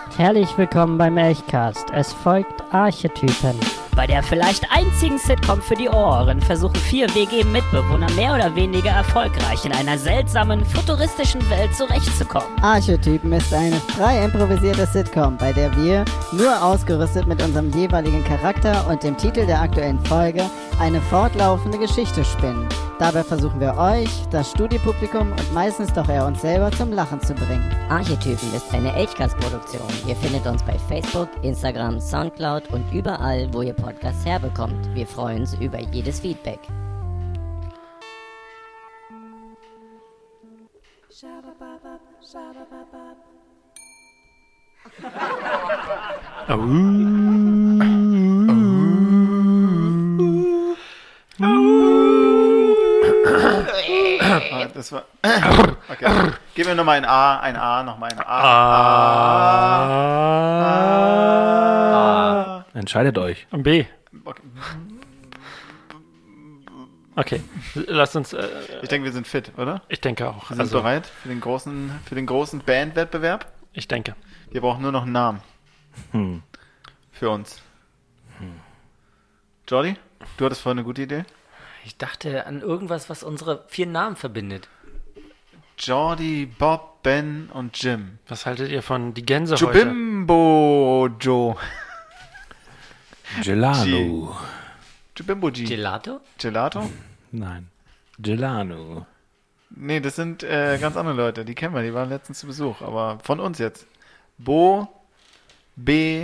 Herzlich willkommen beim Elchcast. Es folgt Archetypen. Bei der vielleicht einzigen Sitcom für die Ohren versuchen 4 WG-Mitbewohner mehr oder weniger erfolgreich in einer seltsamen, futuristischen Welt zurechtzukommen. Archetypen ist eine frei improvisierte Sitcom, bei der wir, nur ausgerüstet mit unserem jeweiligen Charakter und dem Titel der aktuellen Folge, eine fortlaufende Geschichte spinnen. Dabei versuchen wir euch, das Studiopublikum und meistens doch eher uns selber zum Lachen zu bringen. Archetypen ist eine Elchcast-Produktion. Ihr findet uns bei Facebook, Instagram, Soundcloud und überall, wo ihr Podcasts herbekommt. Wir freuen uns über jedes Feedback. Das war. Okay. Gib mir nochmal ein A, nochmal ein A. Entscheidet euch. Und B. Okay. Okay, lasst uns. Ich denke, wir sind fit, oder? Ich denke auch. Wir sind bereit für den großen Bandwettbewerb. Ich denke. Wir brauchen nur noch einen Namen. Für uns. Jordi, du hattest vorhin eine gute Idee? Ich dachte an irgendwas, was unsere 4 Namen verbindet. Jordi, Bob, Ben und Jim. Was haltet ihr von die Gänse heute? Jubimbo Joe. Gelano. Jubimbo G. Gelato? Gelato? Nein. Gelano. Nee, das sind ganz andere Leute. Die kennen wir, die waren letztens zu Besuch. Aber von uns jetzt. Bo, B,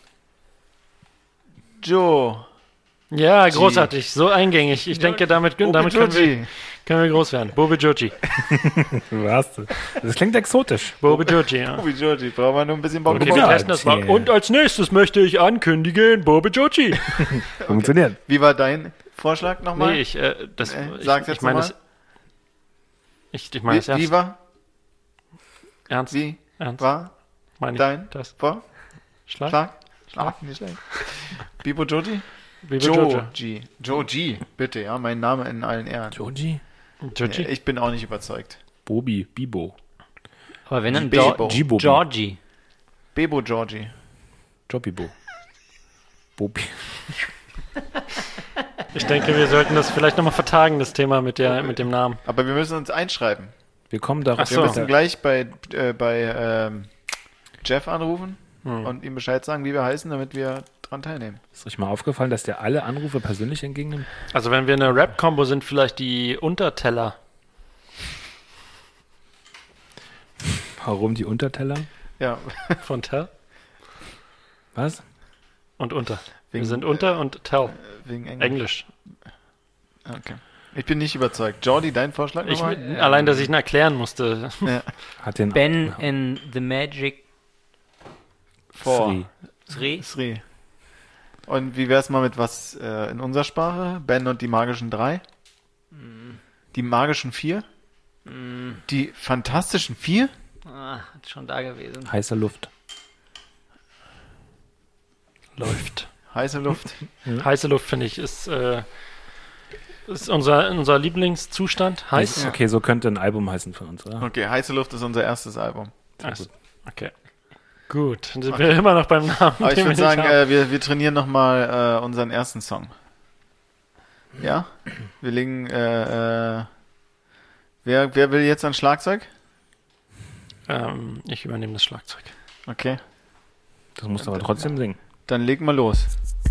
Joe. Ja, großartig. So eingängig. Ich denke, damit können wir groß werden. Bobi Joji. Was? Das klingt exotisch. Bobi Joji, ja. Bobi Joji, brauchen wir nur ein bisschen Bock. Okay, wir testen das mal. Und als nächstes möchte ich ankündigen, Bobi Joji. Funktioniert. Wie war dein Vorschlag nochmal? Nee, sag's jetzt meine nochmal. Ich meine es ernst. Wie war? Ernst? Wie Ernst? war Meine ich dein das? Schlag, nicht schlecht. Bibo Joji? Joji. Joji, bitte, ja, mein Name in allen Ehren. Joji? Joji? Ich bin auch nicht überzeugt. Bobi, Bibo. Aber wenn dann Bebo. Georgie. Bebo Georgie. Jobibo. Bobi. Ich denke, wir sollten das vielleicht nochmal vertagen, das Thema mit dem Namen. Aber wir müssen uns einschreiben. Wir kommen darauf. Wir müssen gleich bei Jeff anrufen und ihm Bescheid sagen, wie wir heißen, damit wir dran teilnehmen. Ist euch mal aufgefallen, dass der alle Anrufe persönlich entgegennimmt? Also wenn wir eine Rap-Kombo sind, vielleicht die Unterteller. Warum die Unterteller? Ja. Von Tell Was? und Unter. Wir sind Unter und Tell. Wegen Englisch. Okay. Ich bin nicht überzeugt. Jordi, dein Vorschlag nochmal? Allein, dass ich ihn erklären musste. Ja. Hat den Ben in The Magic Sri. Und wie wär's mal mit was in unserer Sprache? Ben und die magischen 3? Die magischen 4? Die fantastischen 4? hat schon da gewesen. heiße Luft. Läuft. Heiße Luft. Heiße Luft, finde ich, ist unser Lieblingszustand. Heiß. Okay, so könnte ein Album heißen von uns, oder? Okay, Heiße Luft ist unser erstes Album. Also, okay. Gut, dann sind wir immer noch beim Namen. Aber ich den würde wir nicht sagen, haben. wir trainieren nochmal unseren ersten Song. Ja? Wir legen, wer will jetzt ein Schlagzeug? Ich übernehme das Schlagzeug. Okay. Das musst du aber trotzdem singen. Dann legen wir los.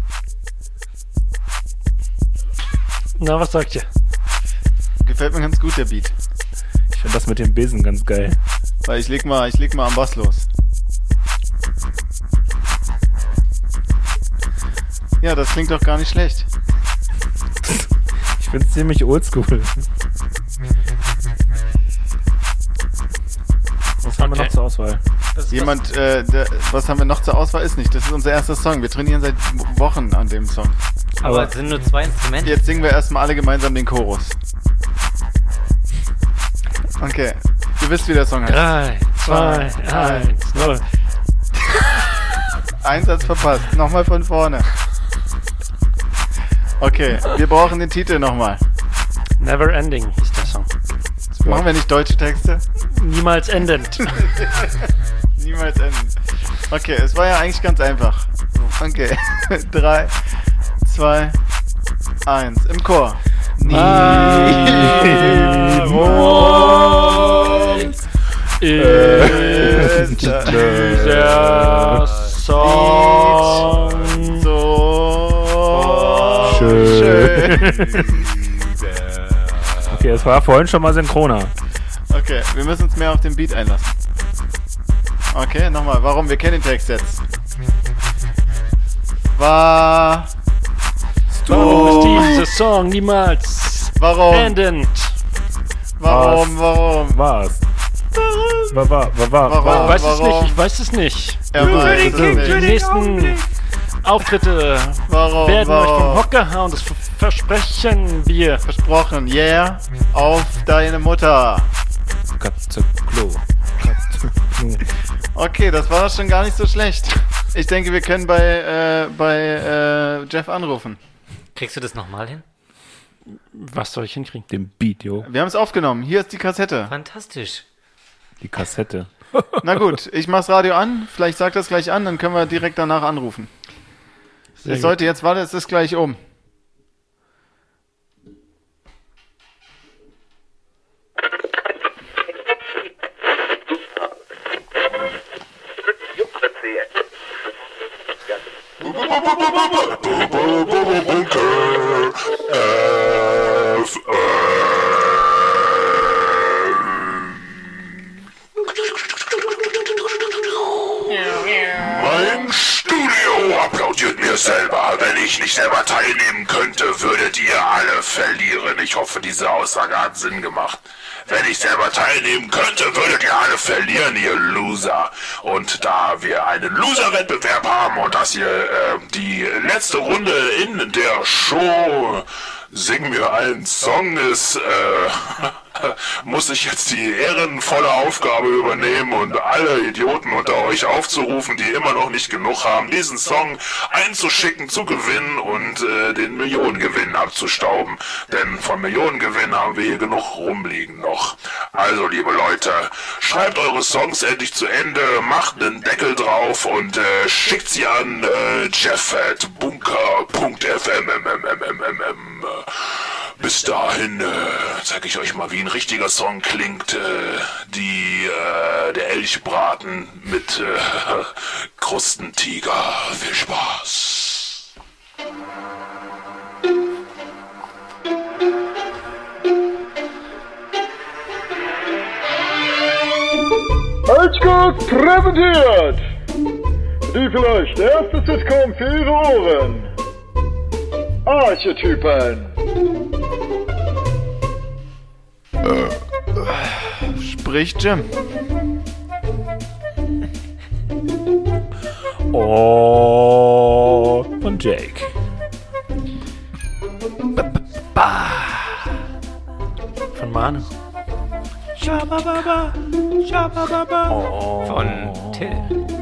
Na, was sagt ihr? Gefällt mir ganz gut, der Beat. Ich finde das mit dem Besen ganz geil. Weil ich leg mal am Bass los. Ja, das klingt doch gar nicht schlecht. Ich finde es ziemlich oldschool. Was haben wir noch zur Auswahl? Was haben wir noch zur Auswahl? Ist nicht. Das ist unser erster Song. Wir trainieren seit Wochen an dem Song. Aber es sind nur 2 Instrumente. Jetzt singen wir erstmal alle gemeinsam den Chorus. Okay. Du wisst, wie der Song heißt. 3, 2, 1, 0. Einsatz verpasst. Nochmal von vorne. Okay, wir brauchen den Titel nochmal. Never Ending ist der Song. Machen wir nicht deutsche Texte? Niemals endend. Niemals enden. Okay, es war ja eigentlich ganz einfach. Okay, 3, 2, 1. Im Chor. Ist dieser Song so schön. Okay, es war vorhin schon mal synchroner. Okay, wir müssen uns mehr auf den Beat einlassen. Okay, nochmal. Warum? Wir kennen den Text jetzt. Warum ist dieser Song niemals endend? Warum? Was? Warum? Ich weiß es nicht. Die Die nächsten Auftritte werden euch vom Hocker hauen. Das versprechen wir. Versprochen, yeah. Auf deine Mutter. Katze, Klo. Okay, das war schon gar nicht so schlecht. Ich denke, wir können bei Jeff anrufen. Kriegst du das nochmal hin? Was soll ich hinkriegen? Den Beat, jo. Wir haben es aufgenommen. Hier ist die Kassette. Fantastisch. Die Kassette. Na gut, ich mach's Radio an. Vielleicht sagt das gleich an, dann können wir direkt danach anrufen. Sehr Es sollte jetzt, warte, es ist gleich um. Mein Studio applaudiert mir selber. Wenn ich nicht selber teilnehmen könnte, würdet ihr alle verlieren. Ich hoffe, diese Aussage hat Sinn gemacht. Wenn ich selber teilnehmen könnte, würdet ihr alle verlieren, ihr Loser. Und da wir einen Loser-Wettbewerb haben und das hier die letzte Runde in der Show Sing mir einen Song ist, muss ich jetzt die ehrenvolle Aufgabe übernehmen und alle Idioten unter euch aufzurufen, die immer noch nicht genug haben, diesen Song einzuschicken, zu gewinnen und den Millionengewinn abzustauben. Denn von Millionengewinn haben wir hier genug rumliegen noch. Also, liebe Leute, schreibt eure Songs endlich zu Ende, macht einen Deckel drauf und schickt sie an jeff@bunker.fm. Bis dahin zeige ich euch mal, wie ein richtiger Song klingt. Der Elchbraten mit Krustentiger. Viel Spaß. Hitchcock präsentiert die vielleicht erste Sitcom für Ihre Ohren. Archetypen. Sprich Jim. Oh, und Jake. Von Manu. Von Till.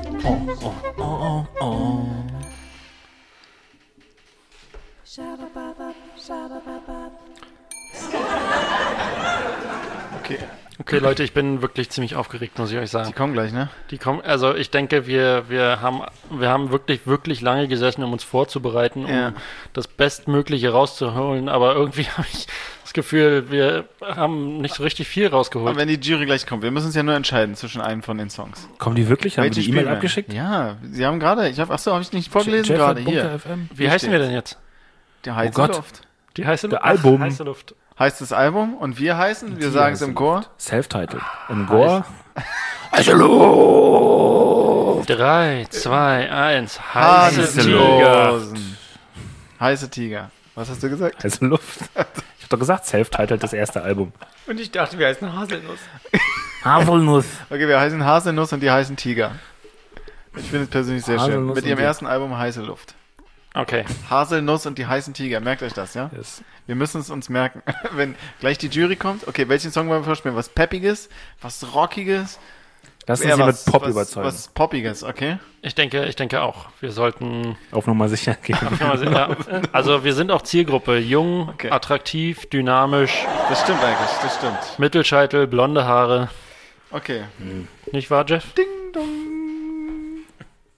Okay, Leute, ich bin wirklich ziemlich aufgeregt, muss ich euch sagen. Die kommen gleich, ne? Die kommen, also ich denke, wir haben wirklich lange gesessen, um uns vorzubereiten, um das Bestmögliche rauszuholen, aber irgendwie habe ich das Gefühl, wir haben nicht so richtig viel rausgeholt. Aber wenn die Jury gleich kommt, wir müssen uns ja nur entscheiden zwischen einem von den Songs. Kommen die wirklich? Haben Welche die E-Mail spielen wir? abgeschickt? Ja, sie haben gerade, habe ich nicht vorgelesen gerade hier. Wie heißen wir denn jetzt? Der heiße Gott. Luft. Die heiße Der Album. Heiße Luft. Heißt das Album und wir heißen, wir sagen es im Chor. Self-Titled. Im Chor. Also los! 3, 2, 1. Heiße Tiger. Heiße Tiger. Was hast du gesagt? Heiße Luft. Ich hab doch gesagt, Self-Titled, das erste Album. Und ich dachte, wir heißen Haselnuss. Haselnuss. Okay, wir heißen Haselnuss und die heißen Tiger. Ich finde es persönlich sehr schön. Haselnuss Mit ihrem und ersten Album Heiße Luft. Okay. Haselnuss und die heißen Tiger. Merkt euch das, ja? Yes. Wir müssen es uns merken. Wenn gleich die Jury kommt, okay, welchen Song wollen wir vorspielen? Was Peppiges? Was Rockiges? Lass uns sie mit Pop überzeugen. Was Poppiges, okay? Ich denke auch. Wir sollten. Auf Nummer sicher gehen. Also wir sind auch Zielgruppe. Jung, Okay. attraktiv, dynamisch, Das stimmt eigentlich, das stimmt. Mittelscheitel, blonde Haare. Okay. Nicht wahr, Jeff? Ding dong.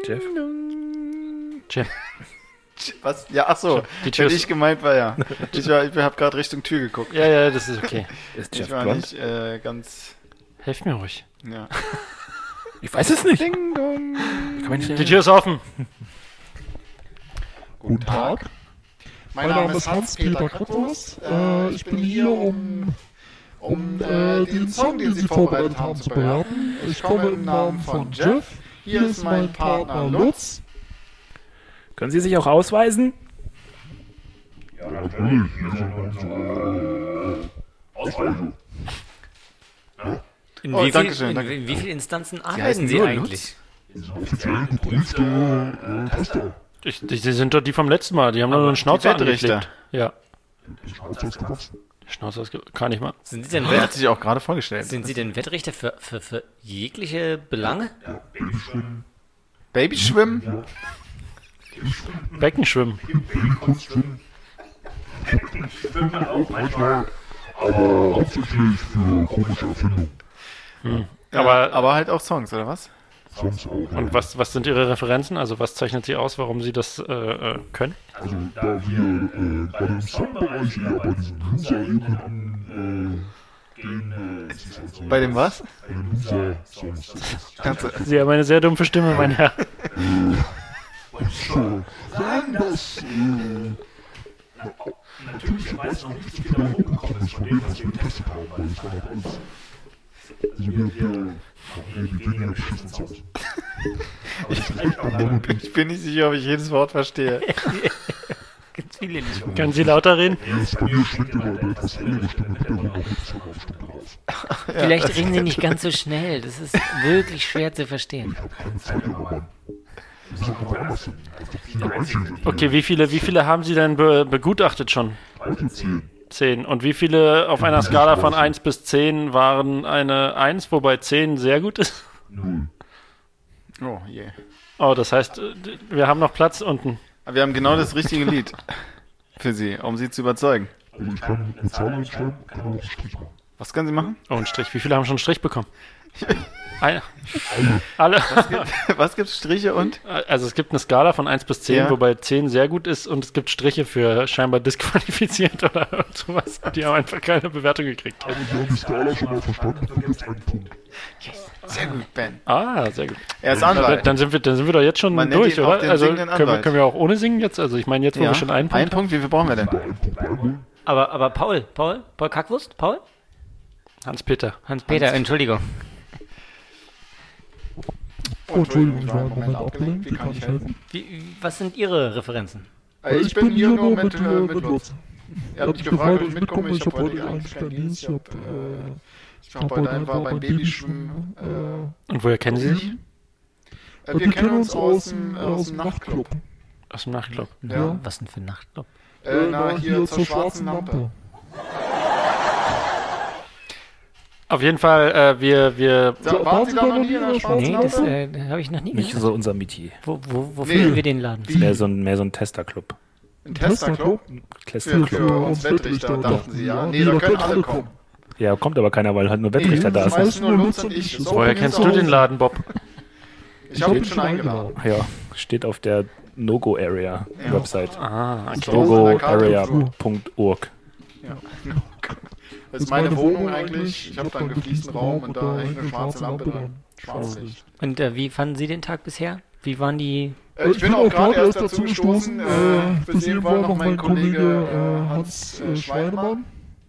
Jeff. Was? Ja, ach so. Die Tür Wenn ist- ich gemeint war, ja. Ich habe gerade Richtung Tür geguckt. Ja, das ist okay. Ist Ich Jeff war blond? nicht ganz... Helft mir ruhig. Ja. Ich weiß es nicht. Ding dong. Kann man nicht Die Tür ist offen. Guten Tag. Mein Name ist Hans-Peter Kratos. Ich bin hier, um den Song, den Sie vorbereitet haben, zu bewerten. Ich komme im Namen von Jeff. Hier ist mein Partner Lutz. Können Sie sich auch ausweisen? Ja, natürlich. Hier sind unsere Ausweise. In Oh, wie dankeschön, viel, danke. in wie vielen Instanzen heißen arbeiten Sie nur eigentlich? Das sind offiziell geprüfte Tester. Die sind doch die vom letzten Mal. Die haben nur einen Schnauzer die Wettrichter. angeklebt. Ja. Die Schnauze ist gewachsen. Schnauzer kann ich mal. Sind Sie denn, Der hat sich auch gerade vorgestellt. sind Sie denn Wettrichter für jegliche Belange? Ja, Babyschwimmen, Babyschwimmen? Beckenschwimmen. Babykunstschwimmen. Schwimmen auch manchmal. Aber hauptsächlich für komische Erfindungen. Aber halt auch Songs, oder was? Sonst auch. Und was sind Ihre Referenzen? Also was zeichnet Sie aus, warum Sie das können? Also da wir bei dem Songbereich eher bei diesen Loser-Ebenen gehen, ist es halt so. Bei dem was? Bei den Loser-Songs. Kannst du, Sie haben eine sehr dumpfe Stimme, mein Herr. So, sagen, dass natürlich weiß auch nicht so viel rumgekommen ist von dem, was wir getestet haben, weil es war halt alles. Also wir gehen ja beschissen Songs. Aber das reicht auch lange. ich bin nicht sicher, ob ich jedes Wort verstehe. Ganz viele nicht. Können Sie lauter reden? Das bei mir schwingt immer eine etwas hellere Stimme im Hintergrund, auch wird es aber bestimmt raus. Vielleicht reden Sie nicht ganz so schnell. Das ist wirklich schwer zu verstehen. Ich habe keine Zeit, junger Mann. Wir müssen auch mal anders hin. Einfach viele Einzelne. Okay, wie viele haben Sie denn begutachtet schon? Auto 10. 10. Und wie viele auf einer Skala von 1 bis 10 waren eine 1, wobei 10 sehr gut ist? 0. Oh je. Oh, das heißt, wir haben noch Platz unten. Aber wir haben genau das richtige Lied für Sie, um Sie zu überzeugen. Also ich kann eine Zahl reinschreiben, kann auch einen Strich machen. Was können Sie machen? Oh, ein Strich. Wie viele haben schon einen Strich bekommen? Alle. Was gibt's? Striche und? Also es gibt eine Skala von 1 bis 10, Ja. wobei 10 sehr gut ist und es gibt Striche für scheinbar disqualifiziert oder sowas. Die haben einfach keine Bewertung gekriegt. Also wir haben die Skala schon mal verstanden, dann gibt es einen Punkt. Sehr gut, Ben. Ah, sehr gut. Er ist Anwalt. Dann sind wir doch jetzt schon Man nennt durch, ihn auch oder? den Also singenden können Anwalt. wir auch ohne singen jetzt? Also ich meine jetzt, wo wir schon einen Punkt Ein Punkt, wie viel brauchen wir denn? Aber Paul Kackwurst? Paul? Hans-Peter. Hans-Peter, Entschuldigung. Oh, Entschuldigung, ich war im Moment abgelenkt. Wie kann ich helfen? Was sind Ihre Referenzen? Ich bin hier nur mit Lutz. Er hat mich gefragt, ob ich mitkomme. Ich habe heute eigentlich keinen Dienst. Ich habe heute einfach beim Babyschwimmen. Und woher kennen Sie sich? Wir kennen uns aus dem Nachtclub. Aus dem Nachtclub. Ja. Was denn für ein Nachtclub? Na, hier zur schwarzen Lampe. Auf jeden Fall, wir Waren Sie da noch nie in der schwarzen Nee, das Lampe? habe ich noch nie Nicht gehört. so unser Metier. Wo finden wir den Laden? Mehr so ein Testerclub. Ein Testerclub? Testerclub. Für uns Wettrichter, dachten Sie, ja. Nee, da können alle kommen. Ja, kommt aber keiner, weil halt nur Wettrichter da sind. Meistens nur Lutz und ich. woher kennst du den Laden, Bob? Ich habe ihn schon eingeladen. Ja, steht auf der No-Go-Area-Website. Ah, okay. Nogoarea.org. Ja. Das ist meine Wohnung eigentlich. Ich habe da einen gefliesten Raum und da hängt eine schwarze Lampe dran. Schwarzlicht. Und wie fanden Sie den Tag bisher? Wie waren die... Ich bin auch gerade erst dazu gestoßen. Bis eben war noch mein Kollege Hans Schweinemann.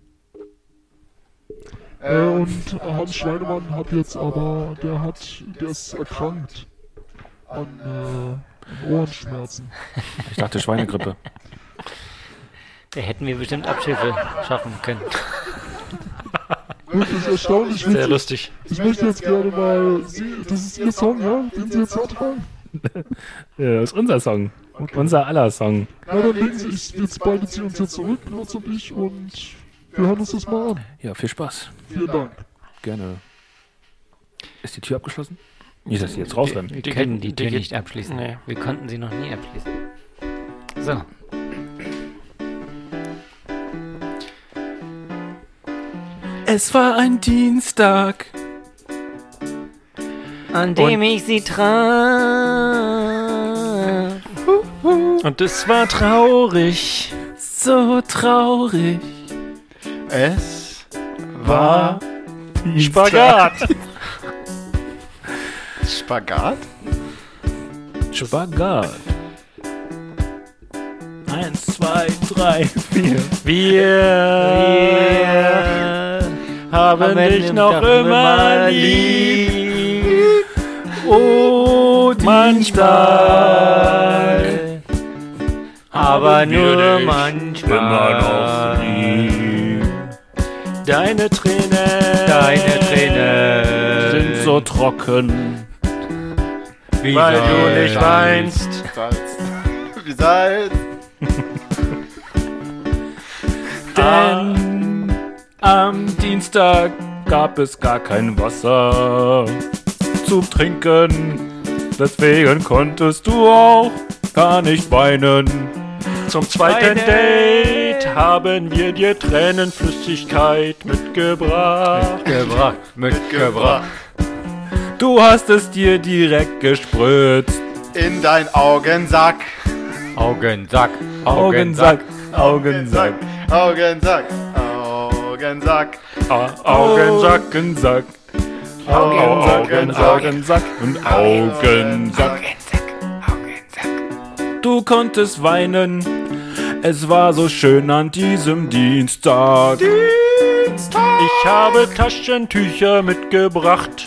Und Hans Schweinemann hat jetzt aber, der ist erkrankt an Ohrenschmerzen. Ich dachte Schweinegrippe. Da hätten wir bestimmt Abschiffe schaffen können. Wirklich erstaunlich. Sehr lustig. Ich möchte jetzt gerne mal, das ist Ihr Song, ja? Den Sie jetzt antragen? Das ist unser Song. Okay. Unser aller Song. Na, dann legen Sie, jetzt beide ziehen uns jetzt zurück, Lutz und ich, und wir hören uns das mal an. Ja, viel Spaß. Vielen Dank. Gerne. Ist die Tür abgeschlossen? Nicht, dass die jetzt rausrennen. Wir können die Tür geht- nicht abschließen. Nee. Wir konnten sie noch nie abschließen. So. Es war ein Dienstag. An dem ich sie traf. Und es war traurig, so traurig. Es war Spagat. Spagat? Spagat. 1, 2, 3, 4. Wir haben dich noch immer lieb. Oh, manchmal. Aber nur Immer manchmal. noch lieb. Deine Tränen Sind so trocken. Wie weil soll du nicht das? weinst. Salz. Wie Salz. Denn am Dienstag gab es gar kein Wasser zum Trinken. Deswegen konntest du auch gar nicht weinen. Zum zweiten Date haben wir dir Tränenflüssigkeit mitgebracht. Mitgebracht. Du hast es dir direkt gespritzt. In dein Augensack. Augensack. Augensack, Augensack, Augensack. Augensack. Augensack, Augensack und Augensack. Du konntest weinen, es war so schön an diesem Dienstag. Ich habe Taschentücher mitgebracht.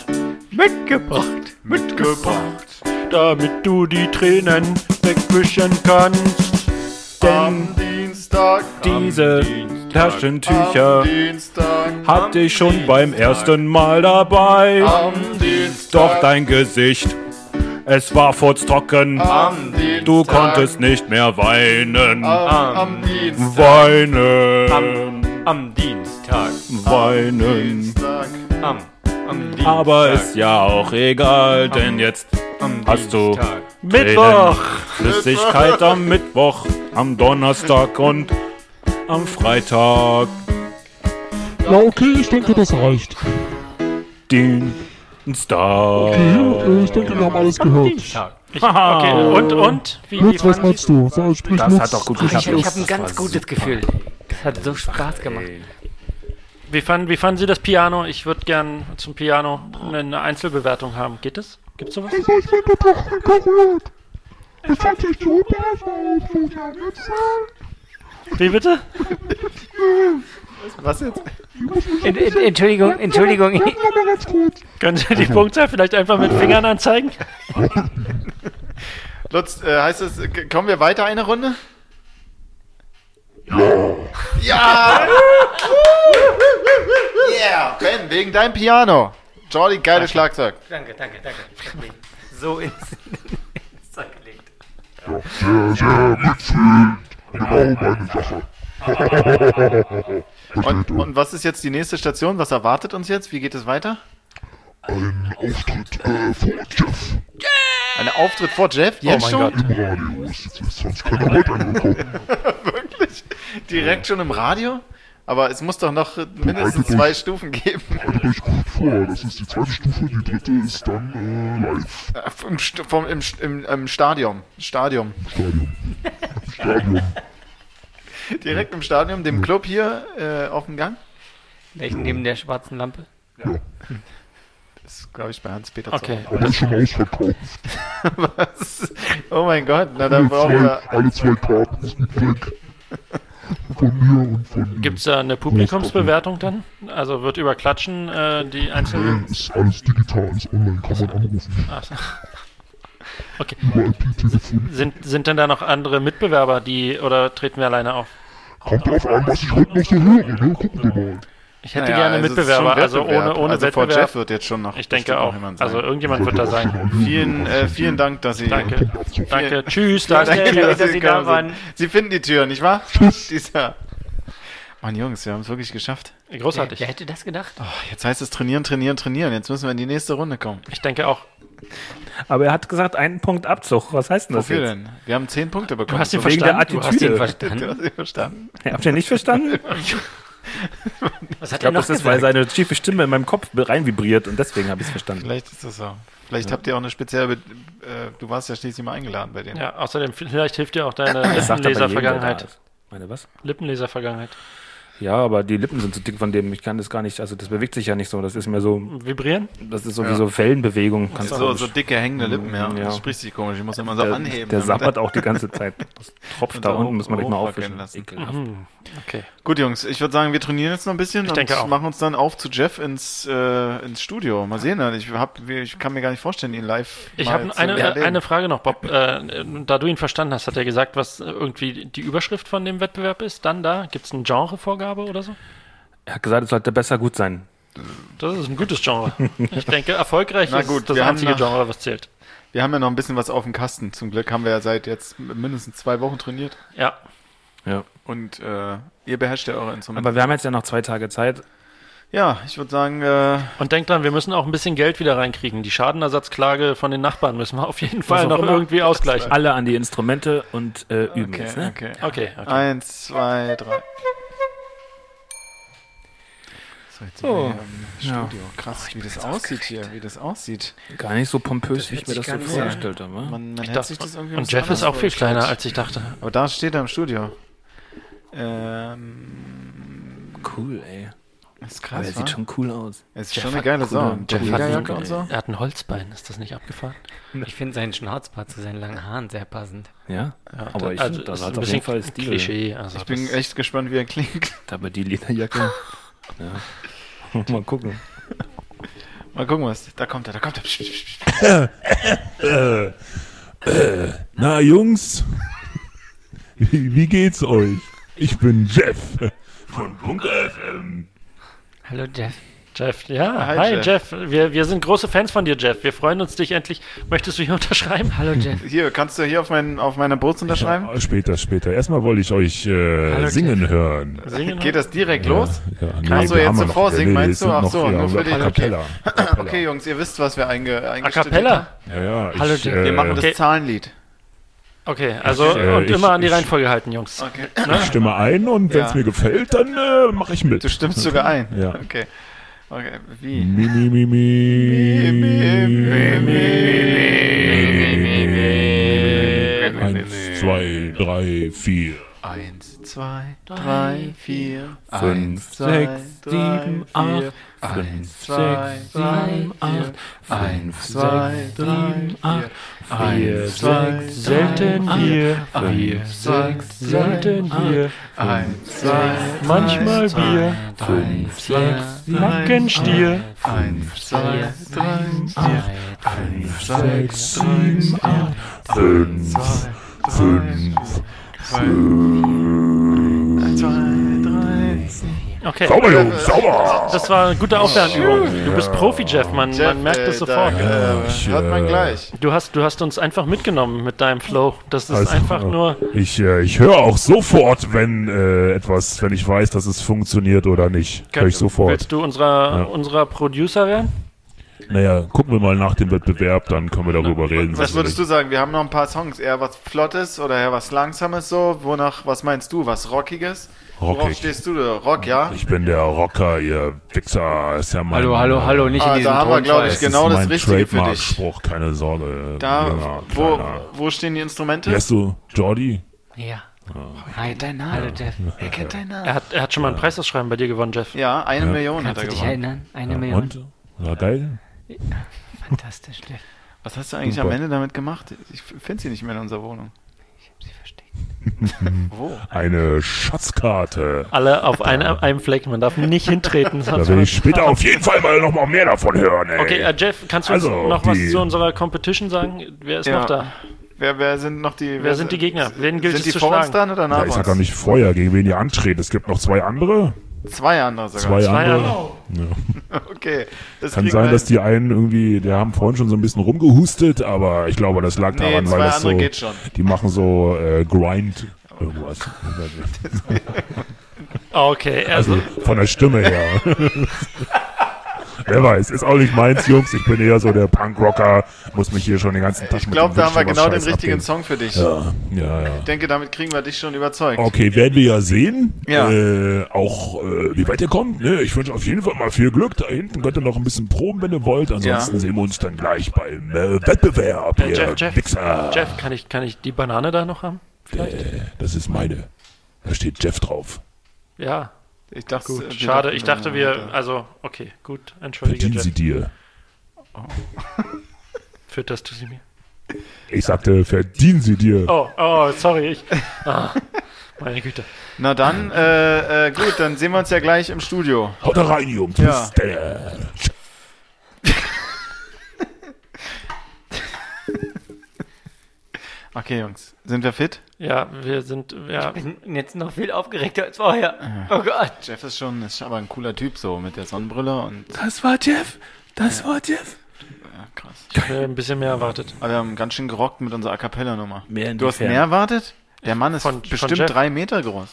Damit du die Tränen wegwischen kannst. Am Dienstag. Diese Taschentücher Dienstag. hatte ich schon beim ersten Mal dabei. Am Dienstag. Doch dein Gesicht, es war furztrocken. Am Dienstag. Du konntest nicht mehr weinen. Am Dienstag. Weinen. Am Dienstag. Weinen. Dienstag. Am Dienstag. Aber ist ja auch egal, denn jetzt am hast du Dienstag. Mittwoch. Flüssigkeit am Mittwoch, am Donnerstag und am Freitag. Ja, okay, ich denke, das reicht. Dienstag. Okay, ich denke, wir haben alles gehört. Okay, und? Wie Lutz, was meinst du? Sprich Das Lutz. hat doch gut Sprich geklappt. los. Ich habe ein ganz gutes Gefühl. Das hat so Spaß gemacht. Wie fanden Sie das Piano? Ich würde gern zum Piano eine Einzelbewertung haben. Geht das? Gibt's sowas? Also, ich finde doch gut. Ich fand dich super, es war auch so sehr nett. Wie bitte? Was jetzt? Entschuldigung. Warte mal ganz kurz. Können Sie die Punktzahl vielleicht einfach mit Fingern anzeigen? Lutz, heißt es, kommen wir weiter eine Runde? Ja! Yeah! Ben, wegen deinem Piano. Jordi, geiles Schlagzeug. Danke. So ins Zeug gelegt. Ja, sehr mitfühlend. Genau meine Sache. Und was ist jetzt die nächste Station? Was erwartet uns jetzt? Wie geht es weiter? Ein Auftritt vor Jeff Ein Auftritt vor Jeff? Jetzt schon? im Radio. Ist sonst keiner heute angekommen. Wirklich? Direkt schon im Radio? Aber es muss doch noch mindestens 2 Stufen geben. Haltet euch gut vor, das ist die zweite Stufe, die dritte ist dann live. Im Stadion. Stadion. Direkt im Stadion, dem Club hier auf dem Gang. Gleich neben der schwarzen Lampe. Das ist, glaube ich, bei Hans-Peter Okay. Aber ist schon ausverkauft. Was? Oh mein Gott, na dann brauchen wir... Alle zwei Karten sind weg. Von mir und von... Gibt's da eine Publikumsbewertung dann? Also wird über Klatschen die einzelnen... Ist alles digital, ist online, kann man anrufen. Ach so. Okay. Über IP-Telefon. Sind denn da noch andere Mitbewerber, oder treten wir alleine auf? Kommt drauf an, was ich heute noch so höre, ne? Gucken wir mal. Ich hätte gerne Mitbewerber, also ohne Wettbewerb. Vor Wettbewerb. Jeff wird jetzt schon noch... Ich denke auch. jemand sein. Also irgendjemand wird da sein. Vielen Dank, dass Sie... Danke. Tschüss, da ist die Danke, Tür. dass Sie da waren. Sie finden die Tür, nicht wahr? Dieser... Mann, Jungs, wir haben es wirklich geschafft. Großartig. Wer hätte das gedacht? Oh, jetzt heißt es trainieren. Jetzt müssen wir in die nächste Runde kommen. Ich denke auch. Aber er hat gesagt, 1 Punkt Abzug. Was heißt denn das Wofür jetzt? denn? Wir haben 10 Punkte bekommen. Du hast ihn Wegen der verstanden? Attitüde. Verstanden? Du hast ihn verstanden? Habt ihr nicht verstanden? Was hat Ich glaube, das ist, weil seine tiefe Stimme in meinem Kopf rein vibriert und deswegen habe ich es verstanden. Vielleicht ist das so. Vielleicht habt ihr auch eine spezielle... du warst ja schließlich mal eingeladen bei denen. Ja, außerdem, vielleicht hilft dir auch deine Das sagt er bei jedem, der da Lippenleser-Vergangenheit. ist. Meine was? Lippenleser-Vergangenheit. Ja, aber die Lippen sind so dick von dem, ich kann das gar nicht, also das bewegt sich ja nicht so, das ist mir so, Vibrieren? das ist so wie so Wellenbewegung. Ganz So dicke, hängende Lippen, ja. Ja. Das spricht sich komisch. Ich muss immer so anheben. Der damit sabbert auch die ganze Zeit. Das tropft da Und unten, muss man gleich mal hochwackeln aufwischen. lassen. Ekelhaft. Okay. Gut, Jungs, ich würde sagen, wir trainieren jetzt noch ein bisschen Ich denke auch. machen uns dann auf zu Jeff ins Studio. Mal sehen, ich kann mir gar nicht vorstellen, ihn live Ich mal habe zu erleben. eine Frage noch, Bob. Da du ihn verstanden hast, hat er gesagt, was irgendwie die Überschrift von dem Wettbewerb ist? Dann da? Gibt es eine Genrevorgabe oder so? Er hat gesagt, es sollte besser gut sein. Das ist ein gutes Genre. Ich denke, erfolgreich Na ist gut, das wir haben einzige noch- Genre, was zählt. Wir haben ja noch ein bisschen was auf dem Kasten. Zum Glück haben wir ja seit jetzt mindestens 2 Wochen trainiert. Ja. Ja. Und ihr beherrscht ja eure Instrumente. Aber wir haben jetzt ja noch 2 Tage Zeit. Ja, ich würde sagen, Und denkt dran, wir müssen auch ein bisschen Geld wieder reinkriegen. Die Schadenersatzklage von den Nachbarn müssen wir auf jeden Fall auch noch immer. irgendwie ausgleichen. Alle an die Instrumente und üben okay, jetzt, ne? okay. Okay. 1, 2, 3. So, jetzt sind wir hier im Studio. Krass, wie das aussieht hier, wie das aussieht. Gar nicht so pompös, wie ich mir das so gar nicht vorgestellt habe. wa? Man Ich hätte dachte, sich das irgendwie und was Jeff ist anderes auch viel vorgestellt. kleiner, als ich dachte. Aber da steht er im Studio. Cool, ey. Das ist Aber krass, er sieht wa? schon cool aus. Es ist Jeff schon eine hat geile coole- Sau. Jeff hat Lederjacke ein- und so. Er hat ein Holzbein, ist das nicht abgefahren? Ich finde seinen Schnauzbart zu seinen langen Haaren sehr passend. Ja? Aber ich also finde, das ist hat ein auf bisschen jeden Fall Stil. Klischee. Also Ich bin das- echt gespannt, wie er klingt. Aber die Lederjacke. Ja. Mal gucken. Mal gucken, was. Da kommt er. Psch, psch, psch. Na Jungs, wie geht's euch? Ich bin Jeff von Bunker FM. Hallo Jeff. Jeff, ja. Hi, Hi, Jeff. Wir sind große Fans von dir, Jeff. Wir freuen uns, dich endlich. Möchtest du hier unterschreiben? Hallo Jeff. Hier, kannst du hier auf meiner Brust unterschreiben? Ja, später. Erstmal wollte ich euch singen hören. Singen? Geht das direkt los? Ja, Ach so, wir jetzt haben so noch- vorsingen, meinst sind du? Ach noch so, hier nur für die- A Cappella. Okay, Jungs, ihr wisst, was wir A eingestellt Cappella? Ja, Hallo, ich, Jeff. Wir machen das Okay. Zahlenlied. Okay, also und ich- immer an die ich- Reihenfolge halten, Jungs. Okay. ich stimme ein und wenn es Ja. mir gefällt, dann mache ich mit. Du stimmst sogar ein. Ja. Okay. Wie? Eins, zwei, drei, vier. 1, 2, 3, 4, 5, 6, 7, 8, 5, 6, 7, 8, 5, 6, 7, 8, 4, 6, selten hier, 4, 6, selten hier, 1, 2, manchmal Bier, 5, 6, Nackenstier, 1, 2, 3, 4, 5, 6, 7, 8, 5, 5. 2, 3. Okay. Sauber, Jungs, sauber! Das war eine gute Aufwärmübung. Du bist Profi, Jeff, man merkt es sofort. Hört man gleich. Du hast uns einfach mitgenommen mit deinem Flow. Das ist Also, einfach nur. Ich höre auch sofort, wenn ich weiß, dass es funktioniert oder nicht. Höre ich sofort. Willst du unserer Producer werden? Naja, gucken wir mal nach dem Wettbewerb, dann können wir darüber reden. Was würdest du sagen? Wir haben noch ein paar Songs. Eher was Flottes oder eher was Langsames so? Was meinst du? Was Rockiges? Worauf Rockig. stehst du da? Rock, ja? Ich bin der Rocker, ihr Wichser. Ist ja mein, Hallo, nicht in diesem Da haben wir, glaube ich, Das genau ist das mein Richtige für dich. Trademark-Spruch, keine Sorge. Da, Junger, kleiner. wo stehen die Instrumente? Wie heißt du? Jordi? Ja. Hi, Hallo Jeff. Er kennt deinen Namen. Er hat schon mal ein Preisausschreiben bei dir gewonnen, Jeff. Ja, 1 Million hat Kannst er du dich gewonnen. erinnern? 1 Million. Und? War geil? Fantastisch, Jeff. Was hast du eigentlich Super. am Ende damit gemacht? Ich finde sie nicht mehr in unserer Wohnung. Ich hab sie versteckt. Wo? Eine Schatzkarte. Alle auf einem Fleck, man darf nicht hintreten. Da will ich später auf jeden Fall mal noch mal mehr davon hören, ey. Okay, Jeff, kannst du uns Also, noch was die- zu unserer Competition sagen? Wer ist Ja. noch da? Wer sind noch die... Wer sind die Gegner? Wen gilt Sind es die zu vor uns schlagen? dann oder nach Ja, ich sag uns? doch nicht vorher, gegen wen ihr antreten. Es gibt noch 2 andere. 2 andere sogar. Zwei andere. andere. Ja. Okay. Das Kann kriegen sein, wir dass hin. die einen irgendwie, der haben vorhin schon so ein bisschen rumgehustet, aber ich glaube, das lag Nee, daran, 2 weil das andere so, geht schon. die machen so Grind irgendwas. Okay, also Also von der Stimme her. Wer weiß, ist auch nicht meins, Jungs. Ich bin eher so der Punkrocker, muss mich hier schon den ganzen Tag Ich glaube, da haben wir genau den Scheiß richtigen abgeben. Song für dich. Ja. Ich denke, damit kriegen wir dich schon überzeugt. Okay, werden wir ja sehen. Ja. Auch wie weit ihr kommt. Ne? Ich wünsche auf jeden Fall mal viel Glück. Da hinten könnt ihr noch ein bisschen proben, wenn ihr wollt. Ansonsten sehen wir uns dann gleich beim Wettbewerb. Jeff, kann ich die Banane da noch haben? Das ist meine. Da steht Jeff drauf. Ja. Ich dachte, Gut, schade. Ich dachte, okay, gut. Entschuldige, Verdienen Jeff. sie dir. Fütterst du sie mir? Ich sagte, verdienen sie dir. Oh, sorry. Meine Güte. Na dann, gut, dann sehen wir uns ja gleich im Studio. Haut da rein, Jungs. Ja. Okay, Jungs, sind wir fit? Ja, wir sind, ja. Ich bin jetzt noch viel aufgeregter als vorher. Oh Gott. Jeff ist aber ein cooler Typ, so mit der Sonnenbrille und. Das war Jeff. Ja, krass. Ich habe ein bisschen mehr erwartet. Aber wir haben ganz schön gerockt mit unserer A Cappella-Nummer. Mehr Du hast mehr erwartet? Der Mann ist Von bestimmt Jeff. 3 Meter groß.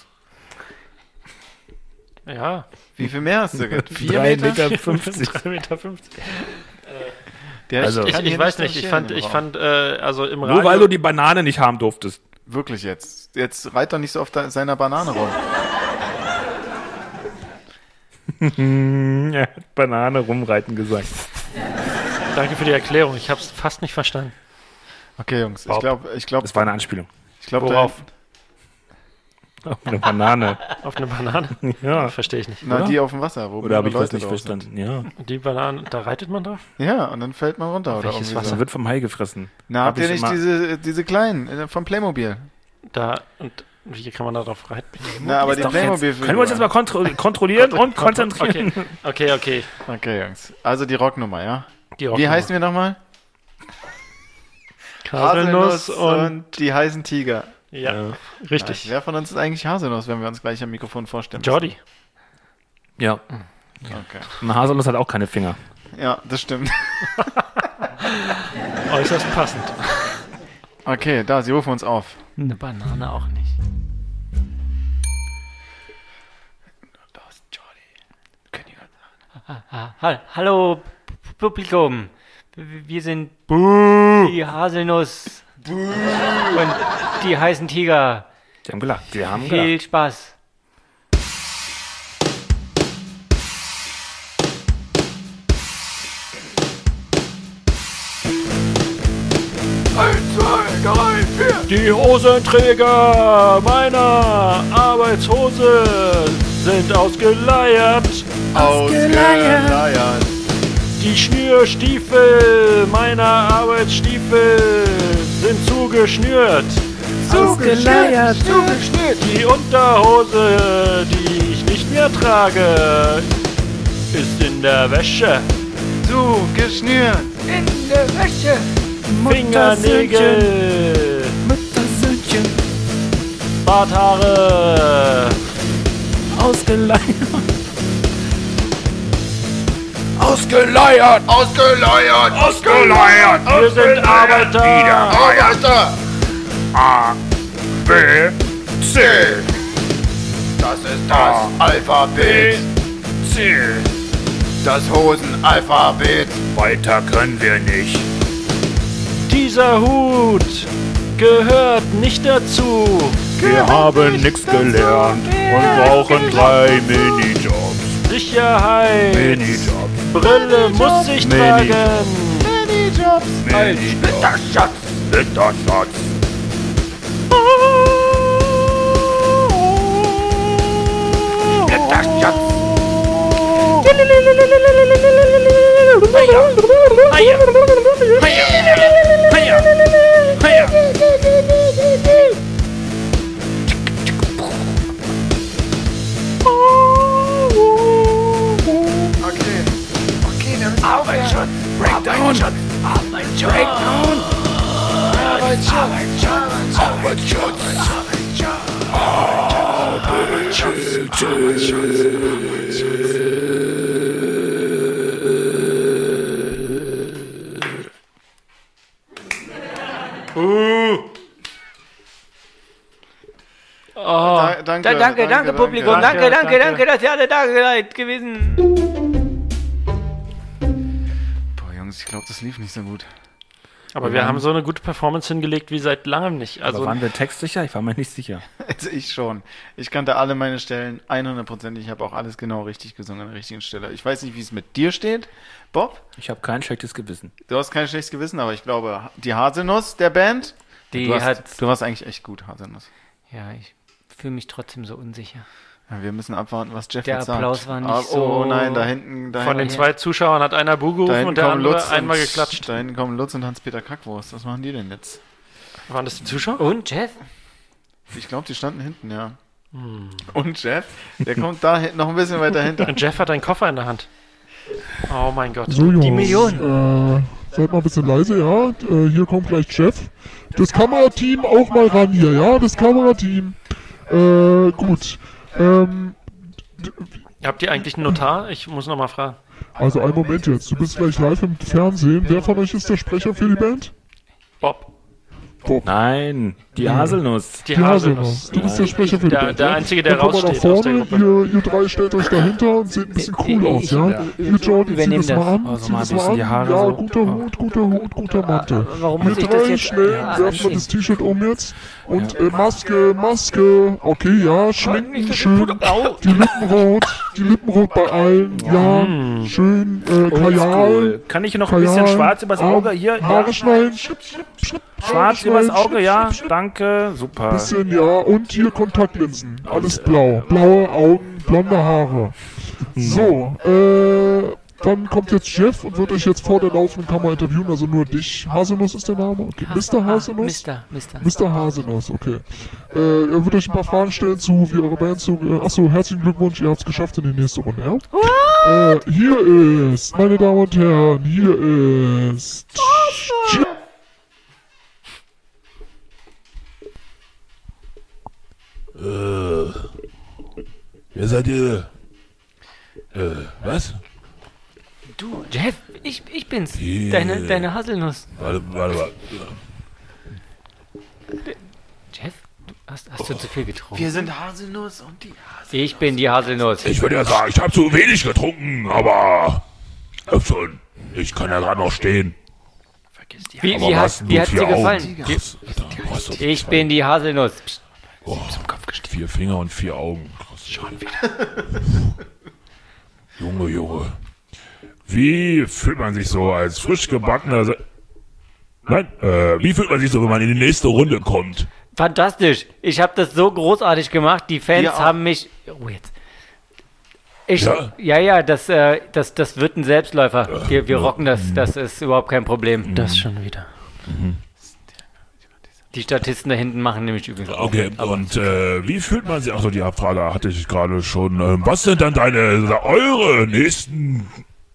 Ja. Wie viel mehr hast du? 4 Meter Meter? 3,50 Meter. Der Also- Ich weiß nicht, ich fand, also im Radio... Nur weil du die Banane nicht haben durftest. Wirklich jetzt. Jetzt reit doch nicht so auf seiner Banane rum. Er hat Banane rumreiten gesagt. Danke für die Erklärung, ich habe es fast nicht verstanden. Okay, Jungs, Bob. ich glaube, Das war eine Anspielung. Worauf? Auf eine Banane. Auf eine Banane? Ja. Verstehe ich nicht. Na, Oder? die auf dem Wasser, wo Oder habe ich was Leute nicht drauf verstanden? Ja. Die Banane, da reitet man drauf? sind. Ja, und dann fällt man runter. Oder Welches irgendwie Wasser? so. Man wird vom Hai gefressen. Na, habt Hab ihr ich nicht immer- diese kleinen vom Playmobil? Da, und wie kann man da drauf reiten? Na, aber die Doch Playmobil jetzt, können wir uns jetzt mal kontrollieren und konzentrieren? Okay. Okay, Jungs. Also die Rocknummer, ja? Die Wie Rocknummer. heißen wir nochmal? Haselnuss und... die heißen Tiger. Ja, richtig. Wer von uns ist eigentlich Haselnuss, wenn wir uns gleich am Mikrofon vorstellen? Jordi. Ja. Okay. Ein Haselnuss hat auch keine Finger. Ja, das stimmt. Äußerst passend. Okay, sie rufen uns auf. Eine Banane auch nicht. Das ist Jordi. Können die was sagen? Hallo, Publikum. Wir sind die Haselnuss und die heißen Tiger. Die haben gelacht. Die haben gelacht. Viel Spaß. Die Hosenträger meiner Arbeitshose sind ausgeleiert. Ausgeleiert. Die Schnürstiefel meiner Arbeitsstiefel sind zugeschnürt. Ausgeleiert. Die Unterhose, die ich nicht mehr trage, ist in der Wäsche. Zugeschnürt. In der Wäsche. Fingernägel, Muttersöhnchen. Barthaare, Ausgeleiert. Ausgeleiert! Ausgeleiert! Ausgeleiert! wir sind Arbeiter. Arbeiter! A, B, C. Das ist das Alphabet. C. Das Hosenalphabet. Weiter können wir nicht. Dieser Hut gehört nicht dazu. Wir haben nichts gelernt und brauchen 3 Minijobs. Sicherheit. Minijobs. Brille muss ich Minijobs. tragen. Minijobs. Splitterschatz. Splitterschatz. Splitterschatz. Okay, dann Arbeitsschutz. Breakdown. Arbeitsschutz. Breakdown. Arbeitsschutz. Arbeitsschutz. Danke, Publikum. danke. Danke, dass ihr alle da seid gewesen. Jungs, ich glaube, das lief nicht so gut. Aber wir haben so eine gute Performance hingelegt wie seit langem nicht. Also Aber waren wir textsicher? Ich war mir nicht sicher. Also ich schon. Ich kannte alle meine Stellen 100%. Ich habe auch alles genau richtig gesungen an der richtigen Stelle. Ich weiß nicht, wie es mit dir steht, Bob. Ich habe kein schlechtes Gewissen. Du hast kein schlechtes Gewissen, aber ich glaube, die Haselnuss der Band, du warst eigentlich echt gut, Haselnuss. Ja, ich fühle mich trotzdem so unsicher. Ja, wir müssen abwarten, was Jeff Der jetzt sagt. Applaus war nicht so... Oh nein, da hinten von den 2 Zuschauern hat einer Buh gerufen und der andere einmal geklatscht. Da hinten kommen Lutz und Hans-Peter Kackwurst. Was machen die denn jetzt? Waren das die Zuschauer? Und Jeff? Ich glaube, die standen hinten, ja. Und Jeff, der kommt da noch ein bisschen weiter hinter. Und Jeff hat einen Koffer in der Hand. Oh mein Gott. So, Jungs, Die Million. Seid mal ein bisschen leise, ja. Hier kommt gleich Jeff. Das Kamerateam auch mal ran hier, ja. Das Kamerateam. Gut. Habt ihr eigentlich einen Notar? Ich muss noch mal fragen. Also einen Moment jetzt. Du bist gleich live im Fernsehen. Wer von euch ist der Sprecher für die Band? Bob. Nein, die Haselnuss. Die Haselnuss. Du bist der Sprecher für die Band. Der Einzige, der Dann kommt mal raussteht nach aus der vorne. Gruppe. Ihr 3 stellt euch dahinter und seht ein bisschen cool aus, ja? Hier, Jordi, zieh das mal an. Also Zieh mal das ein bisschen mal die an. Haare Ja, so. guter Hut, guter Mantel. Warum Ihr muss ich das 3 jetzt... schnell, werfen wir das T-Shirt um jetzt. Und Maske. Okay, ja, schminken schön. Die Lippen rot bei allen. Ja, schön. Kajal. Kann ich noch ein bisschen schwarz übers Auge? Hier, Haare ja. schneiden. Schwarz übers Auge, ja. Danke, super. Bisschen, ja. Und hier Kontaktlinsen. Alles blau. Blaue Augen, blonde Haare. So, dann kommt jetzt Jeff und wird euch jetzt vor der laufenden Kamera interviewen, also nur dich. Haselnuss ist der Name? Okay. Mr. Haselnuss? Mr. Haselnuss, okay. Er wird euch ein paar Fragen stellen zu, wie eure Band so... achso, herzlichen Glückwunsch, ihr habt es geschafft in die nächste Runde, ja? Hier ist, meine Damen und Herren, hier ist... Jeff. Wer seid ihr? Was? Du, Jeff, ich bin's. Yeah. Deine Haselnuss. Warte. Jeff, hast du zu viel getrunken? Wir sind Haselnuss und die Haselnuss. Ich bin die Haselnuss. Ich würde ja sagen, ich habe zu wenig getrunken, aber... schon. Ich kann ja gerade noch stehen. Wie hat sie gefallen? Ich bin die Haselnuss. Psst. Oh, 4 Finger und 4 Augen. Krass. Schon wieder. Junge. Wie fühlt man sich so als frisch gebackener... wie fühlt man sich so, wenn man in die nächste Runde kommt? Fantastisch. Ich habe das so großartig gemacht. Die Fans haben mich... Oh, jetzt. Das wird ein Selbstläufer. Wir rocken das. Das ist überhaupt kein Problem. Das schon wieder. Die Statisten da hinten machen nämlich übrigens auch. Okay, und wie fühlt man sich... Achso, die Abfrage hatte ich gerade schon. Was sind dann eure nächsten...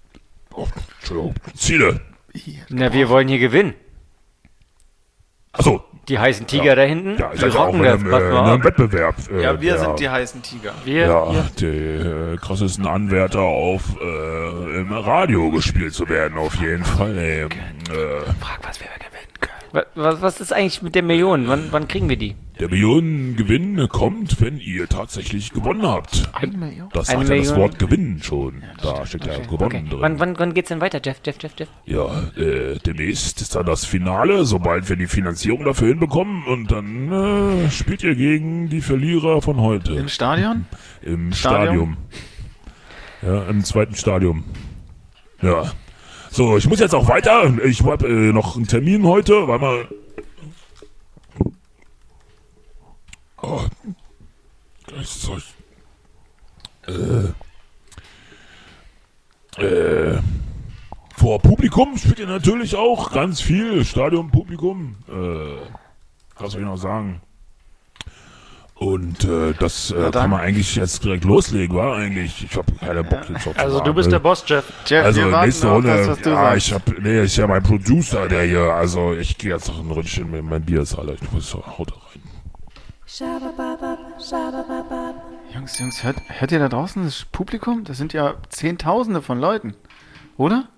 Ziele? Na, wir wollen hier gewinnen. Achso. Die heißen Tiger da hinten, Ja, die rocken das. Pass mal einem auf. Wettbewerb. Wir sind die heißen Tiger. Die krassesten Anwärter auf im Radio gespielt zu werden, auf jeden Fall. Frag, was wir gewinnen können. Was ist eigentlich mit der Million? Wann kriegen wir die? Der Millionengewinn kommt, wenn ihr tatsächlich gewonnen habt. 1 Million? Das Eine sagt ja das Million? Wort gewinnen schon. Da steckt ja gewonnen drin. Wann geht's denn weiter, Jeff? Ja, demnächst ist dann das Finale, sobald wir die Finanzierung dafür hinbekommen. Und dann spielt ihr gegen die Verlierer von heute. Im Stadion? Im Stadion. Ja, im zweiten Stadium. Ja. So, ich muss jetzt auch weiter. Ich habe noch einen Termin heute, weil mal... Oh. Das Zeug. Vor Publikum spielt ihr natürlich auch ganz viel. Stadionpublikum. Was soll ich noch sagen? Und das kann man eigentlich jetzt direkt loslegen, war eigentlich. Ich habe keine Bock jetzt auf Also du bist der Boss, Jeff. Also wir warten nächste auf Runde. das, was du Ja, sagst. ist ja mein Producer, der hier. Also ich gehe jetzt noch ein Ründchen mit meinem Bier, Alter. Ich muss Haut rein. Jungs, hört ihr da draußen das Publikum? Das sind ja Zehntausende von Leuten, oder?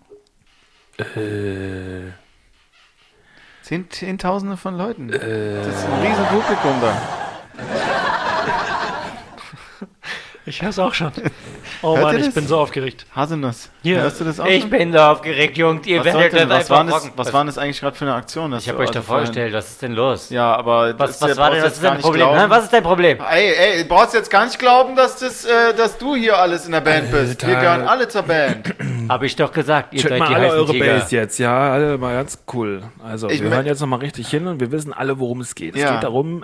Zehntausende von Leuten. Das ist ein riesen Publikum da. Ich hör's auch schon. Oh Mann, ich bin so aufgeregt. Haselnuss, hier. Hörst du das auch Ich schon? bin so aufgeregt, Jungs. Ihr werdet das einfach rocken. Was war das eigentlich gerade für eine Aktion? Ich habe euch da vorgestellt, was ist denn los? Ja, aber... Was ist dein Problem? Was ist dein Problem? Ey, du brauchst jetzt gar nicht glauben, dass du hier alles in der Band bist. Wir gehören alle zur Band. Habe ich doch gesagt, ihr Checkt seid mal die alle heißen eure Tiger. Base jetzt, ja, alle mal ganz cool. Also, wir hören jetzt nochmal richtig hin und wir wissen alle, worum es geht. Es geht darum,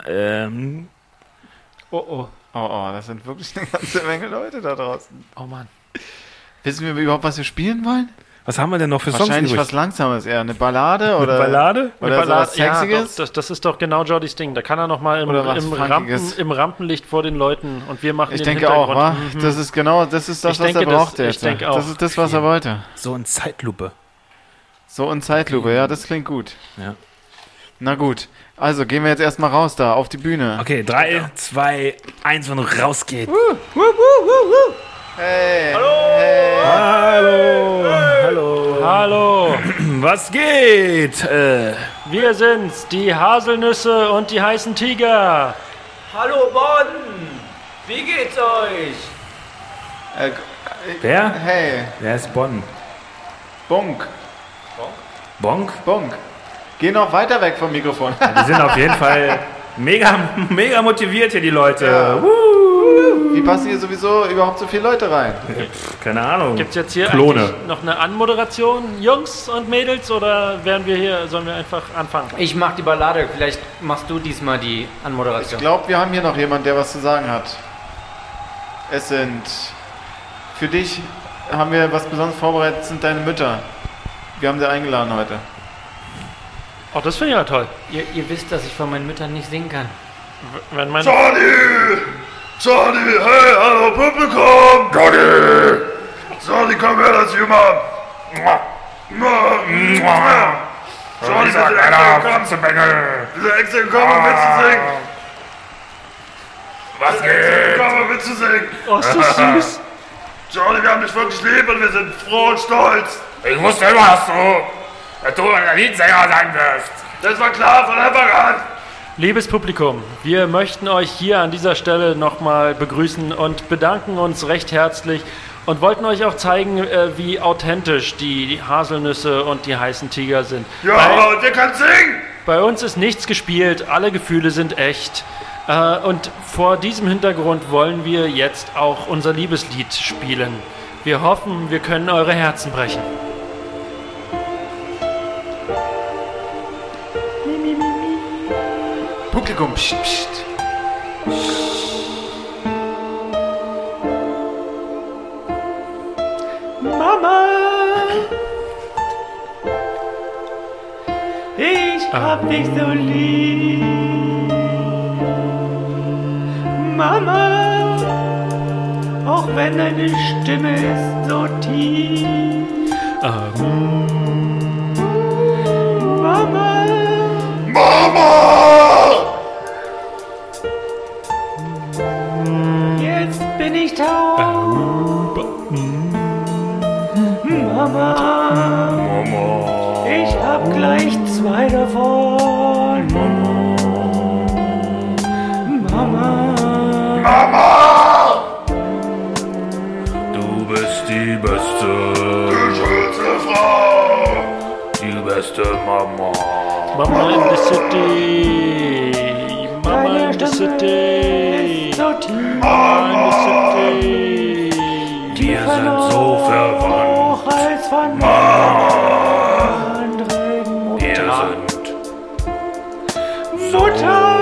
Oh, das sind wirklich eine ganze Menge Leute da draußen. Oh Mann. Wissen wir überhaupt, was wir spielen wollen? was haben wir denn noch für Songs Wahrscheinlich übrig? was Langsames eher. Eine Ballade oder... Eine Ballade? Oder so was Sexiges? Ja, das ist doch genau Jordys Ding. Da kann er nochmal im Rampenlicht vor den Leuten und wir machen ich den denke auch, wa? Mhm. Das ist das, was er braucht jetzt. Ich denke auch. Das ist das, was er wollte. So in Zeitlupe. So in Zeitlupe, ja, das klingt gut. Ja. Na gut, also gehen wir jetzt erstmal raus da, auf die Bühne. Okay, 3, 2, 1 und raus geht. Hey! Hallo! Was geht? Wir sind's, die Haselnüsse und die heißen Tiger. Hallo Bonn! Wie geht's euch? Wer? Hey! Wer ist Bonn? Bonk! Bonk? Bonk! Geh noch weiter weg vom Mikrofon. Die sind auf jeden Fall mega motiviert hier, die Leute. Ja. Wie passen hier sowieso überhaupt so viele Leute rein? Keine Ahnung. Gibt's jetzt hier Klone. eigentlich noch eine Anmoderation, Jungs und Mädels, oder sollen wir einfach anfangen? Ich mach die Ballade, vielleicht machst du diesmal die Ich Anmoderation. glaube, wir haben hier noch jemanden, der was zu sagen hat. Es sind... Für dich haben wir was besonders vorbereitet, sind deine Mütter. Wir haben sie eingeladen heute. Oh, das finde ich ja toll. Ihr wisst, dass ich von meinen Müttern nicht singen kann. Wenn meine Johnny, hey, hallo Publikum! Johnny, komm her, das Jünger! Johnny, wir sind extra gekommen, um mitzusingen! Was geht? Komm mal mitzusingen! Oh, ist das süß. Johnny, wir haben dich wirklich lieb und wir sind froh und stolz! Ich wusste immer, dass du der Liedsänger sein wirst. Das war klar von Anfang an! Liebes Publikum, wir möchten euch hier an dieser Stelle nochmal begrüßen und bedanken uns recht herzlich und wollten euch auch zeigen, wie authentisch die Haselnüsse und die heißen Tiger sind. Ja, und wir können singen! Bei uns ist nichts gespielt, alle Gefühle sind echt. Und vor diesem Hintergrund wollen wir jetzt auch unser Liebeslied spielen. Wir hoffen, wir können eure Herzen brechen. Publikum, psst, psst. Mama, ich hab dich so lieb. Mama, auch wenn deine Stimme ist so tief. Mama, jetzt bin ich taub. Mama, ich hab gleich 2 davon. Mama, Du bist die beste, Schönste Frau! die beste Mama. Mama in the city. Mama in the city. Mama in the city. Wir sind so verwandt. Als von Wir sind Mutter.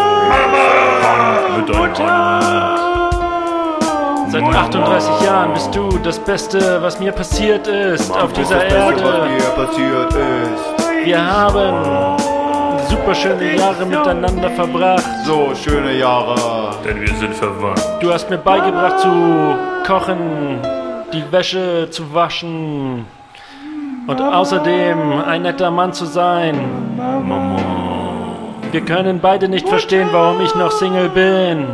miteinander. Seit 38 Jahren bist du das Beste, was mir passiert ist auf dieser Erde. passiert ist. Wir haben super schöne Jahre miteinander verbracht. So schöne Jahre. Denn wir sind verwandt. Du hast mir beigebracht zu kochen, die Wäsche zu waschen und außerdem ein netter Mann zu sein. Mama. Wir können beide nicht verstehen, warum ich noch Single bin.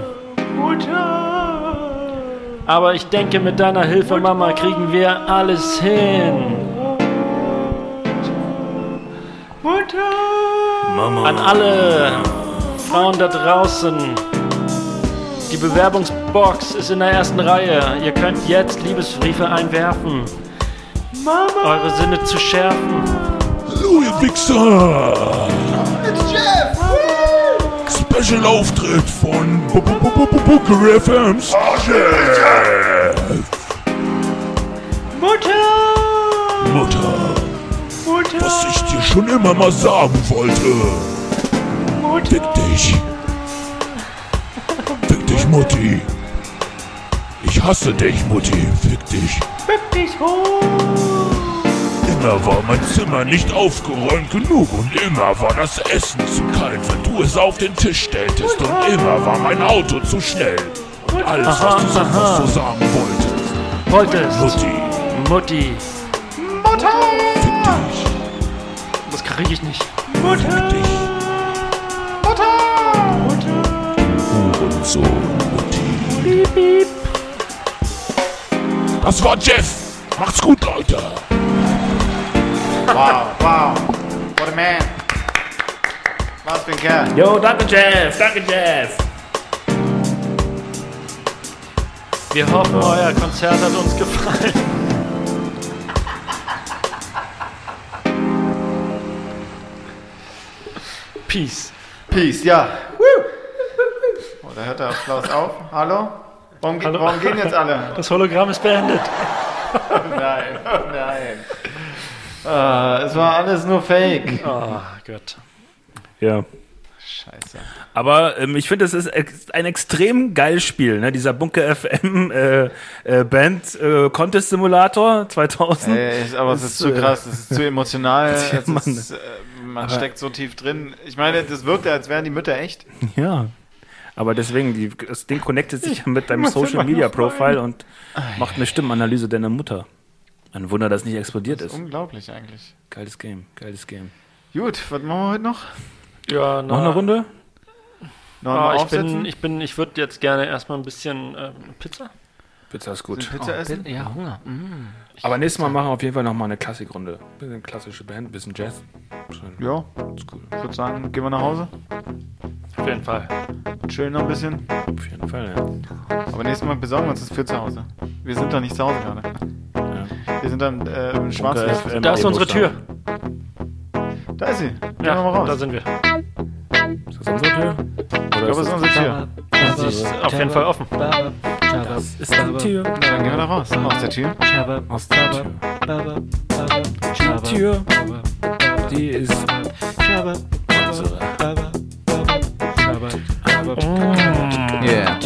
Aber ich denke, mit deiner Hilfe, Mama, kriegen wir alles hin. Mama. An alle Frauen da draußen. Die Bewerbungsbox ist in der ersten Reihe. Ihr könnt jetzt Liebesbriefe einwerfen. Mama! Eure Sinne zu schärfen. Hallo, ihr Wichser! It's Jeff! Special-Auftritt von Booker FM's Chef! Mutter! Was ich dir schon immer mal sagen wollte. Fick dich. Fick dich, Mutti. Ich hasse dich, Mutti. Fick dich. Fick dich hoch! Immer war mein Zimmer nicht aufgeräumt genug und immer war das Essen zu kalt, wenn du es auf den Tisch stelltest und immer war mein Auto zu schnell. Und alles, was du sonst so sagen wolltest. Mutti. Mutter! Fick dich. Das krieg ich nicht. Fick dich. Mutter! Hurensohn, Mutti. Piep, piep. Das war Jeff. Macht's gut, Leute. Wow. What a man. Was für ein Kerl. Jo, danke Jeff. Wir hoffen, euer Konzert hat uns gefallen. Peace, ja. Oh, da hört der Applaus auf. Hallo? Warum gehen jetzt alle? Das Hologramm ist beendet. Nein. Es war alles nur Fake. Oh Gott. Ja. Scheiße. Aber ich finde, es ist ein extrem geiles Spiel, ne? Dieser Bunker FM Band Contest Simulator 2000. Aber es ist zu krass, es ist zu emotional. Man steckt so tief drin. Ich meine, das wirkt ja, als wären die Mütter echt. Ja. Aber deswegen, das Ding connectet sich mit deinem Social Media Profile und macht eine Stimmenanalyse deiner Mutter. Ein Wunder, dass es nicht explodiert ist. Unglaublich eigentlich. Geiles Game. Gut, was machen wir heute noch? Ja, noch eine Runde? Ich würde jetzt gerne erstmal ein bisschen Pizza. Pizza ist gut. Pizza essen? Ja, Hunger. Aber nächstes Mal machen wir auf jeden Fall nochmal eine Klassikrunde. Bisschen klassische Band, bisschen Jazz. Ja, ist cool. Ich würde sagen, gehen wir nach Hause. Auf jeden Fall. Chillen noch ein bisschen. Auf jeden Fall, ja. Aber nächstes Mal besorgen wir uns das für zu Hause. Wir sind da nicht zu Hause gerade. Ja. Wir sind dann im Schwarzwald. Da ist unsere Tür. Da ist sie. Gehen Ja, wir mal raus. da sind wir. Ist das unsere Tür? Ich glaube, das ist unsere Tür. Sie ist auf jeden Fall offen. Das ist die Tür. Na, dann gehen wir da raus. Aus der Tür. Aus der Tür. Die Tür. Die ist unsere. Yeah.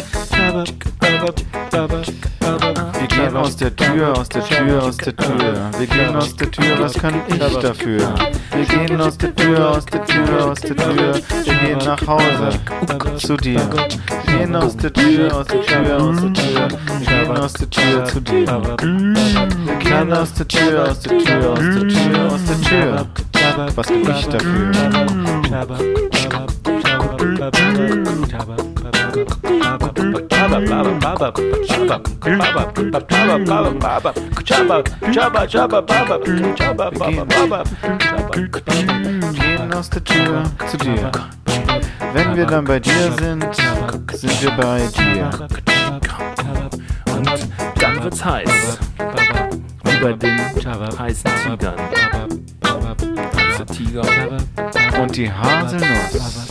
Wir gehen aus der Tür, aus der Tür, aus der Tür. Wir gehen aus der Tür, was kann ich dafür? Wir gehen aus der Tür, aus der Tür, aus der Tür. Wir gehen nach Hause, zu dir. Wir gehen aus der Tür, aus der Tür, aus der Tür. Wir gehen aus der Tür zu dir. Wir gehen aus der Tür, aus der Tür, aus der Tür, aus der Tür. Was kann ich dafür? Gehen aus der Tür zu dir. Wenn wir dann bei dir sind, sind wir bei dir. Und dann wird's heiß. Wie bei den heißen Tigern. Heiße Tiger. Und die Haselnuss.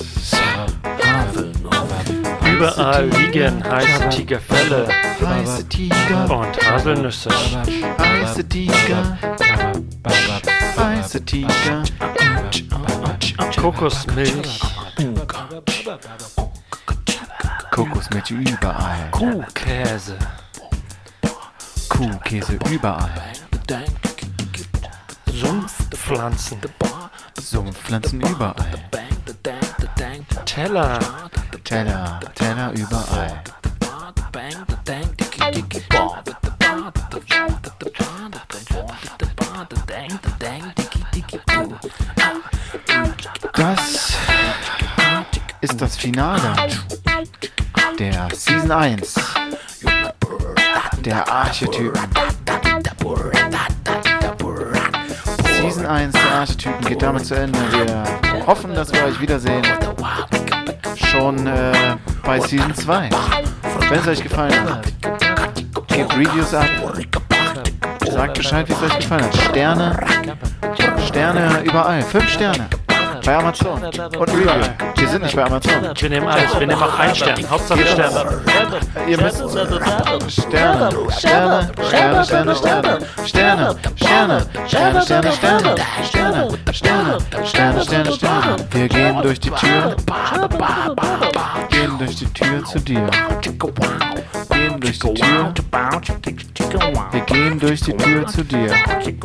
Überall liegen heiße Tigerfelle Heiße Tiger. und Haselnüsse. Heiße Tiger. Heiße Tiger. Kokosmilch. Kokosmilch überall. Kuhkäse. Kuhkäse überall. Sumpfpflanzen. Sumpfpflanzen überall. Teller. Teller überall. Das ist das Finale der Season 1 der Archetypen. Season 1 der Archetypen geht damit zu Ende. Wir hoffen, dass wir euch wiedersehen. Schon bei Season 2. Wenn es euch gefallen hat, gebt Reviews ab. Sagt Bescheid, wie es euch gefallen hat. Sterne überall. 5 Sterne. Bei Amazon. Und Review. Wir sind nicht bei Amazon. Wir nehmen alles. Wir nehmen auch 1 Stern. Hauptsache Sterne. Ihr müsst Sterne. Wir gehen durch die Tür. Gehen durch die Tür zu dir. Gehen durch die Tür. Wir gehen durch die Tür zu dir.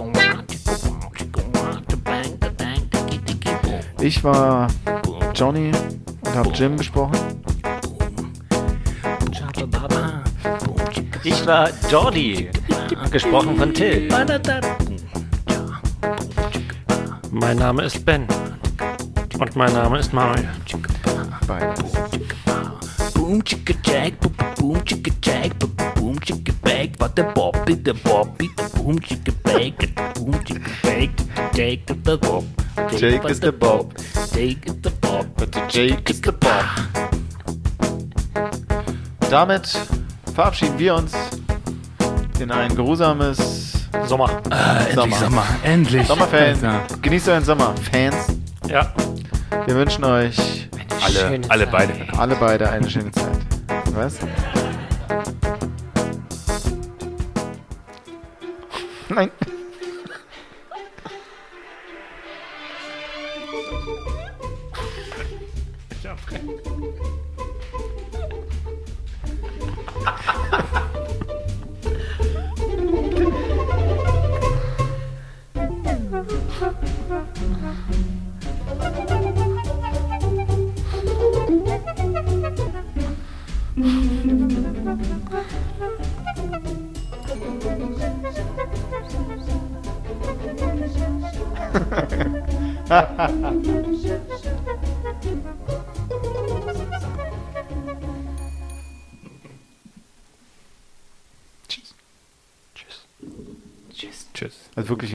Ich war Johnny und habe Jim gesprochen. Ich war Jordi, gesprochen von Till. Mein Name ist Ben. Und mein Name ist Mario. Beide. Boom chicka jack, boom chicka jack, boom chicka bag, what the bob, beat the boom chicka bag, boom chicka bag, Jake is the bob. Jake is the Bob. Jake is the bob. But the Jake is the Bob. Damit verabschieden wir uns in ein geruhsames Sommer. Endlich Sommer. Endlich. Sommerferien. Genießt euren Sommer, Fans. Ja. Wir wünschen euch alle beide eine schöne Zeit. Was? Nein. Tschüss. Tschüss. Also wirklich